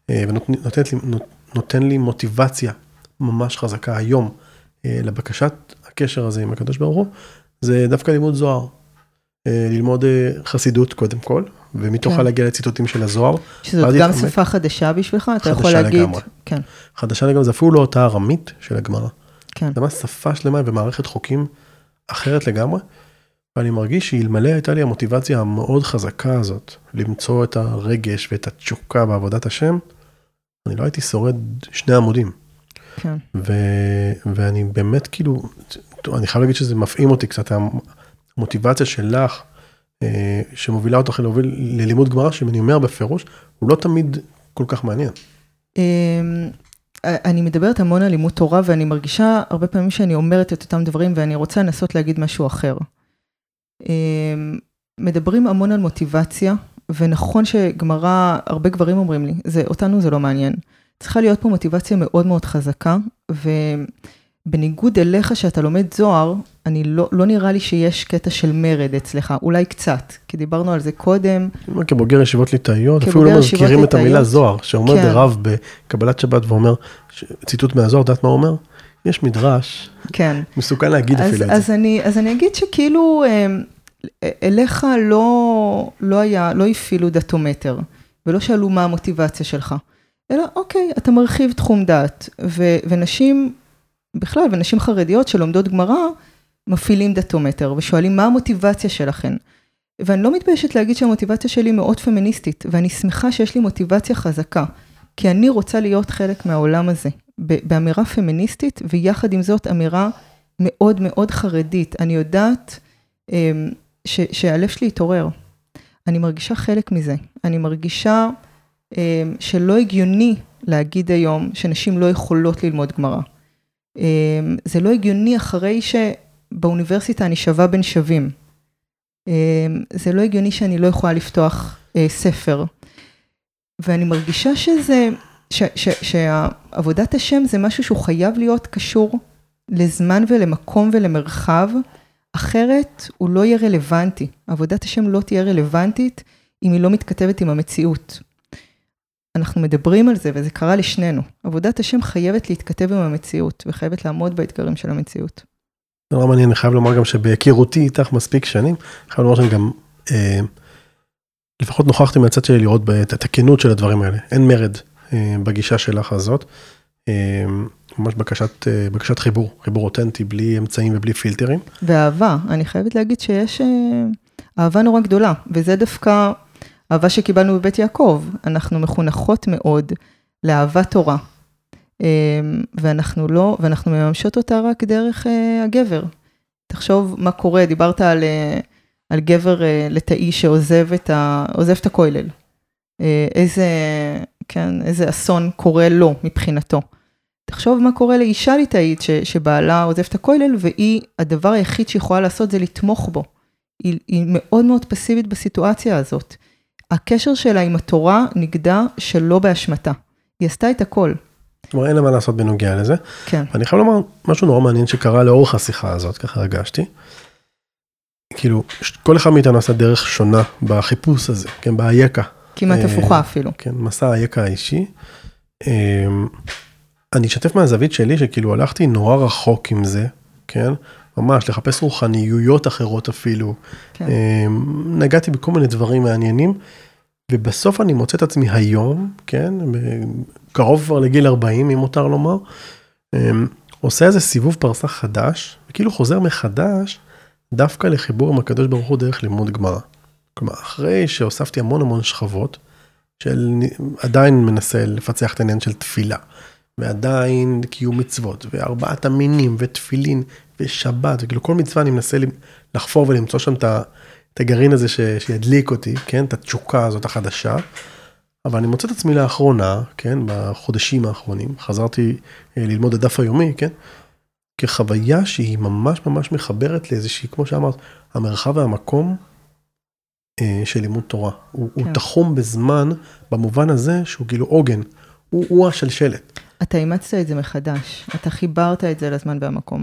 ונותן לי מוטיבציה ממש חזקה היום, לבקשת הקשר הזה עם הקדוש ברוך הוא, זה דווקא לימוד זוהר. ללמוד חסידות קודם כל, ומתוכה להגיע לציטוטים של הזוהר. שזאת גם שפה חדשה בשבילך, אתה יכול להגיד. כן. חדשה לגמרי, זה אפילו לא אותה ארמית של הגמרא. כן. זה ממש שפה שלמה ומערכת חוקים אחרת לגמרי, ואני מרגיש שאלמלא הייתה לי המוטיבציה המאוד חזקה הזאת, למצוא את הרגש ואת התשוקה בעבודת השם, אני לא הייתי שורד 2 עמודים. כן. ואני באמת כאילו, אני חייב להגיד שזה מפעים אותי קצת, המוטיבציה שלך, שמובילה אותך ללימוד גמרא, שאני אומר בפירוש, הוא לא תמיד כל כך מעניין. אני מדברת המון על לימוד תורה, ואני מרגישה הרבה פעמים שאני אומרת את אותם דברים, ואני רוצה לנסות להגיד משהו אחר. מדברים המון על מוטיבציה, ונכון שגמרא, הרבה גברים אומרים לי, אותנו זה לא מעניין. צריכה להיות פה מוטיבציה מאוד מאוד חזקה, בניגוד אליך שאתה לומד זוהר, אני לא נראה לי שיש קטע של מרד אצלך, אולי קצת, כי דיברנו על זה קודם. כבוגר ישיבות ליטאיות, אפילו לא מזכירים את המילה זוהר, שעומד רב בקבלת שבת ואומר, ציטוט מהזוהר, דעת מה הוא אומר? יש מדרש, מסוכן להגיד אפילו את זה. אז אני אגיד שכאילו, אליך לא הפעילו דתומטר, ולא שאלו מה המוטיבציה שלך, אלא אוקיי, אתה מרחיב תחום דעת, ונשים, בכלל, ונשים חרדיות שלומדות גמרא, מפעילים דתומטר, ושואלים מה המוטיבציה שלכן. ואני לא מתביישת להגיד שהמוטיבציה שלי מאוד פמיניסטית, ואני שמחה שיש לי מוטיבציה חזקה, כי אני רוצה להיות חלק מהעולם הזה, באמירה פמיניסטית, ויחד עם זאת אמירה מאוד מאוד חרדית. אני יודעת שהלב שלי יתעורר. אני מרגישה חלק מזה. אני מרגישה שלא הגיוני להגיד היום שנשים לא יכולות ללמוד גמרא. זה לא הגיוני אחרי שבאוניברסיטה אני שווה בין שווים. זה לא הגיוני שאני לא יכולה לפתוח ספר. ואני מרגישה שעבודת השם זה משהו שהוא חייב להיות קשור לזמן ולמקום ולמרחב, אחרת הוא לא יהיה רלוונטי. עבודת השם לא תהיה רלוונטית אם היא לא מתכתבת עם המציאות. אנחנו מדברים על זה, וזה קרה לשנינו. עבודת השם חייבת להתכתב עם המציאות, וחייבת לעמוד באתגרים של המציאות. נורא מעניין, אני חייב לומר גם שבהיכרותי איתך מספיק שנים, אני חייב לומר שאני גם, לפחות נוכחתי מהצד שלי לראות את הכנות של הדברים האלה. אין מרד בגישה שלך הזאת, ממש בקשת חיבור אותנטי, בלי אמצעים ובלי פילטרים. ואהבה, אני חייבת להגיד שיש אהבה נורא גדולה, וזה דווקא אהבה שקיבלנו בבית יעקב. אנחנו מחונכות מאוד לאהבת תורה, ואנחנו מממשות אותה רק דרך הגבר. תחשוב מה קורה, דיברת על גבר לתאי שעוזב את הכולל. איזה אסון קורה לו מבחינתו. תחשוב מה קורה לאישה ליטאית שבעלה עוזב את הכולל, והיא, הדבר היחיד שיכולה לעשות זה לתמוך בו. היא מאוד מאוד פסיבית בסיטואציה הזאת. הקשר שלה עם התורה נגדע שלא באשמתה. היא עשתה את הכל. כלומר, אין לה מה לעשות בנוגע לזה. כן. ואני חייב לומר משהו נורא מעניין שקרה לאורך השיחה הזאת, ככה הרגשתי. כאילו, כל אחד מאיתנו עשה דרך שונה בחיפוש הזה, כן, באייקה. כמעט הפוכה אפילו. כן, מסע האייקה האישי. אני אשתף מהזווית שלי שכאילו הלכתי נורא רחוק עם זה, כן? ממש לחפש רוחניויות אחרות אפילו. כן. נגעתי בכל מיני דברים מעניינים, ובסוף אני מוצא את עצמי היום, כן? קרוב כבר לגיל 40, אם מותר לומר, עושה איזה סיבוב פרסה חדש, וכאילו חוזר מחדש, דווקא לחיבור עם הקדוש ברוך הוא דרך לימוד גמרא. כלומר, אחרי שהוספתי המון שכבות, עדיין מנסה לפצח את העניין של תפילה, ועדיין קיום מצוות, וארבעת המינים, ותפילין, ושבת, וכאילו כל מצווה אני מנסה לחפור ולמצוא שם את הגרעין הזה שידליק אותי, כן? את התשוקה הזאת החדשה, אבל אני מוצא את עצמי לאחרונה, כן? בחודשים האחרונים, חזרתי ללמוד הדף היומי, כן? כחוויה שהיא ממש מחברת לאיזושהי, כמו שאמרת, המרחב והמקום של לימוד תורה. הוא תחום בזמן, במובן הזה שהוא כאילו עוגן, הוא השלשלת. אתה אימצת את זה מחדש, אתה חיברת את זה לזמן והמקום.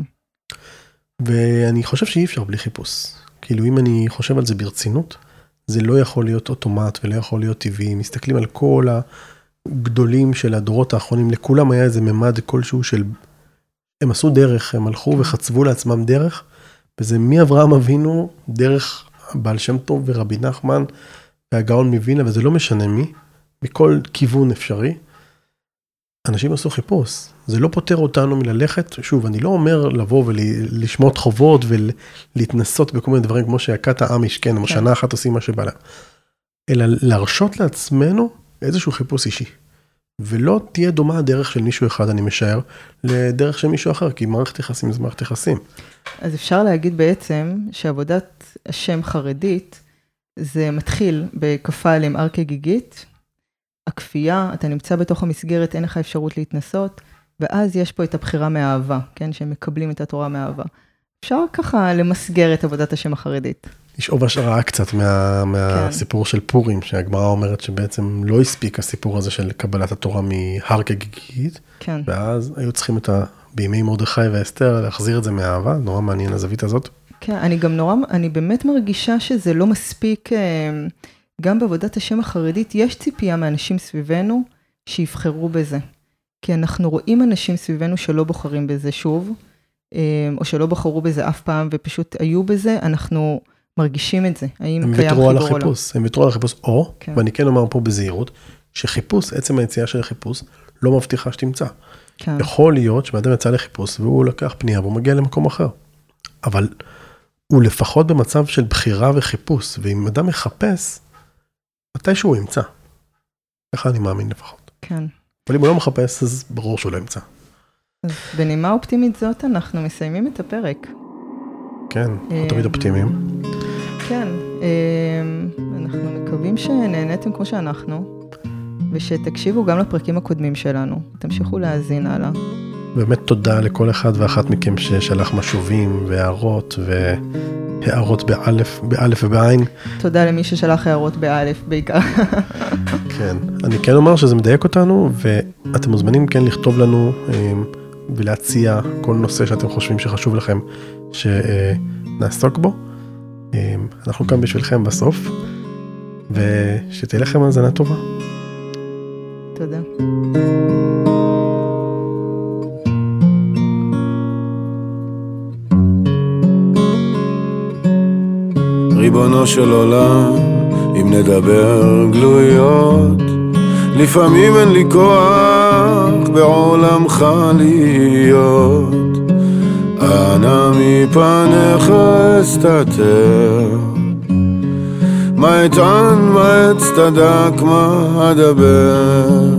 ואני חושב שאי אפשר בלי חיפוש. כאילו אם אני חושב על זה ברצינות, זה לא יכול להיות אוטומט ולא יכול להיות טבעי. מסתכלים על כל הגדולים של הדורות האחרונים, לכולם היה איזה ממד כלשהו של, הם עשו דרך, הם הלכו וחצבו לעצמם דרך, וזה מאברהם אבינו, דרך בעל שם טוב ורבי נחמן, והגאון מווילנה, וזה לא משנה מי, מכל כיוון אפשרי. אנשים עשו חיפוש, זה לא פותר אותנו מללכת, שוב, אני לא אומר לבוא ולשמות חובות ולהתנסות בכל מיני דברים, כמו שהכת האמיש, כן, או שנה אחת עושים מה שבא לה, אלא להרשות לעצמנו איזשהו חיפוש אישי, ולא תהיה דומה הדרך של מישהו אחד, אני משער, לדרך של מישהו אחר, כי מערכת יחסים זה מערכת יחסים. אז אפשר להגיד בעצם שעבודת השם חרדית, זה מתחיל בכפה עליהם ארכה גיגית, הכפייה, אתה נמצא בתוך המסגרת, אין לך אפשרות להתנסות, ואז יש פה את הבחירה מהאהבה, כן, שהם מקבלים את התורה מהאהבה. אפשר ככה למסגר את עבודת השם החרדית. לשאוב השראה קצת מהסיפור של פורים, שהגמרא אומרת שבעצם לא הספיק הסיפור הזה של קבלת התורה מהר כגיגית, ואז היו צריכים את בימי מרדכי ואסתר, להחזיר את זה מאהבה, נורא מעניין הזווית הזאת. כן, אני באמת מרגישה שזה לא מספיק, גם בעבודת השם החרדית, יש ציפייה מאנשים סביבנו שיבחרו בזה. כי אנחנו רואים אנשים סביבנו שלא בוחרים בזה שוב, או שלא בחרו בזה אף פעם, ופשוט היו בזה, אנחנו מרגישים את זה. האם קיים חיבור או לא? הם ויתרו על החיפוש, או, ואני כן אומר פה בזהירות, שחיפוש, עצם היציאה של החיפוש, לא מבטיחה שתמצא. כן. יכול להיות שבאדם יצא לחיפוש, והוא לקח פנייה, והוא מגיע למקום אחר. אבל הוא לפחות במצב של בחירה וחיפוש, ואם אדם מחפש, מתישהו הוא ימצא. ככה אני מאמין לפחות. כן. אבל אם הוא לא מחפש, אז ברור שהוא לא ימצא. אז בנימה אופטימית זאת, אנחנו מסיימים את הפרק. כן, אנחנו תמיד אופטימיים. כן, אנחנו מקווים שנהניתם כמו שאנחנו, ושתקשיבו גם לפרקים הקודמים שלנו. תמשיכו להאזין הלאה. באמת תודה לכל אחד ואחת מכם ששלח משובים והערות באלף ובעין. תודה למי ששלח הערות באלף בעיקר. כן, אני כן אומר שזה מדייק אותנו, ואתם מוזמנים כן לכתוב לנו ולהציע כל נושא שאתם חושבים שחשוב לכם שנעסוק בו. אנחנו כאן בשבילכם בסוף, ושתהיה לכם האזנה טובה. תודה. ריבונו של עולם, אם נדבר גלויות, לפעמים אין לי כוח בעולמך להיות. אנא מפניך אסתתר, מה אטען, מה אצטדק, מה אדבר.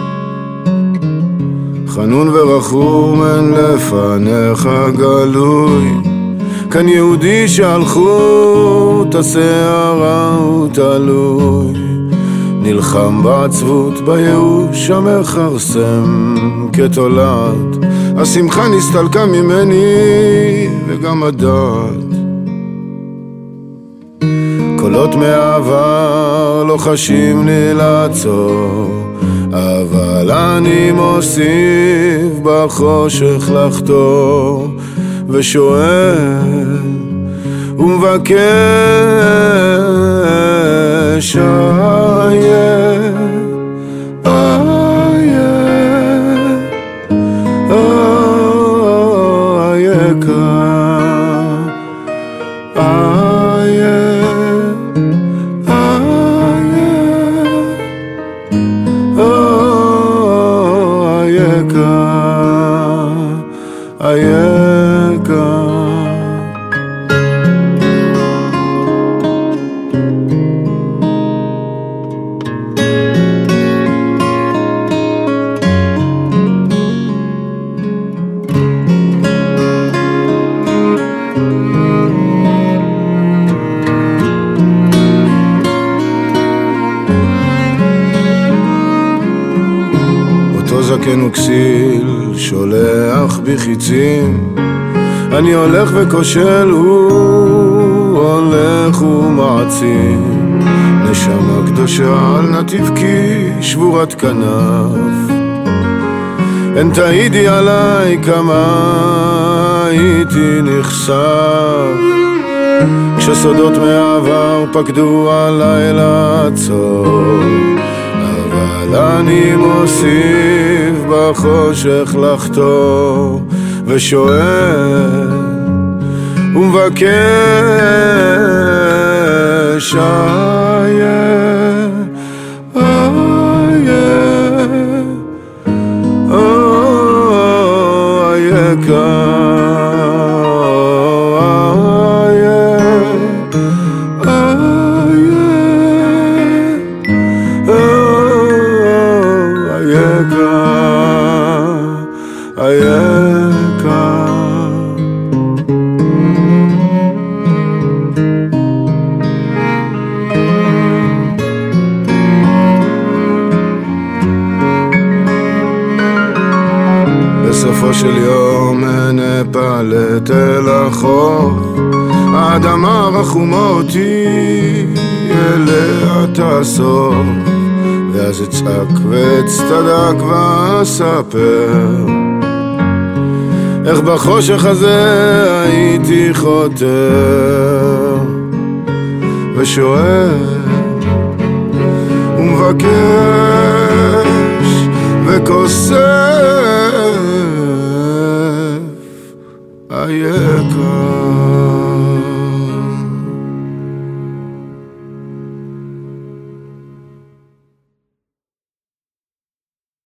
חנון ורחום אין לפניך גלוי, כאן יהודי שהלכו את השערה הוא תלוי, נלחם בעצבות בייאוש המחרסם כתולד. השמחה נסתלקה ממני וגם הדעת, קולות מהעבר לא חשים לי לעצור, אבל אני מוסיף בחושך לחתור, ושואל ומבקש זקן וכסיל שולח בחיצים, אני הולך וכושל, הוא הולך ומעצים. נשמה קדושה על נתיב כי שבורת כנף, אין תעידי עליי כמה הייתי נחשף, כשסודות מעבר פקדו עליי לעצור, אבל אני מוסיף בחושך לחתור, ושואל ומבקש בסופו של יום נפלט אל החוף, האדמה רחומה אותי אליה תאסוף, ואז אצעק ואצטדק ואספר איך בחושך הזה הייתי חותר ושואל ומבקש וכוסף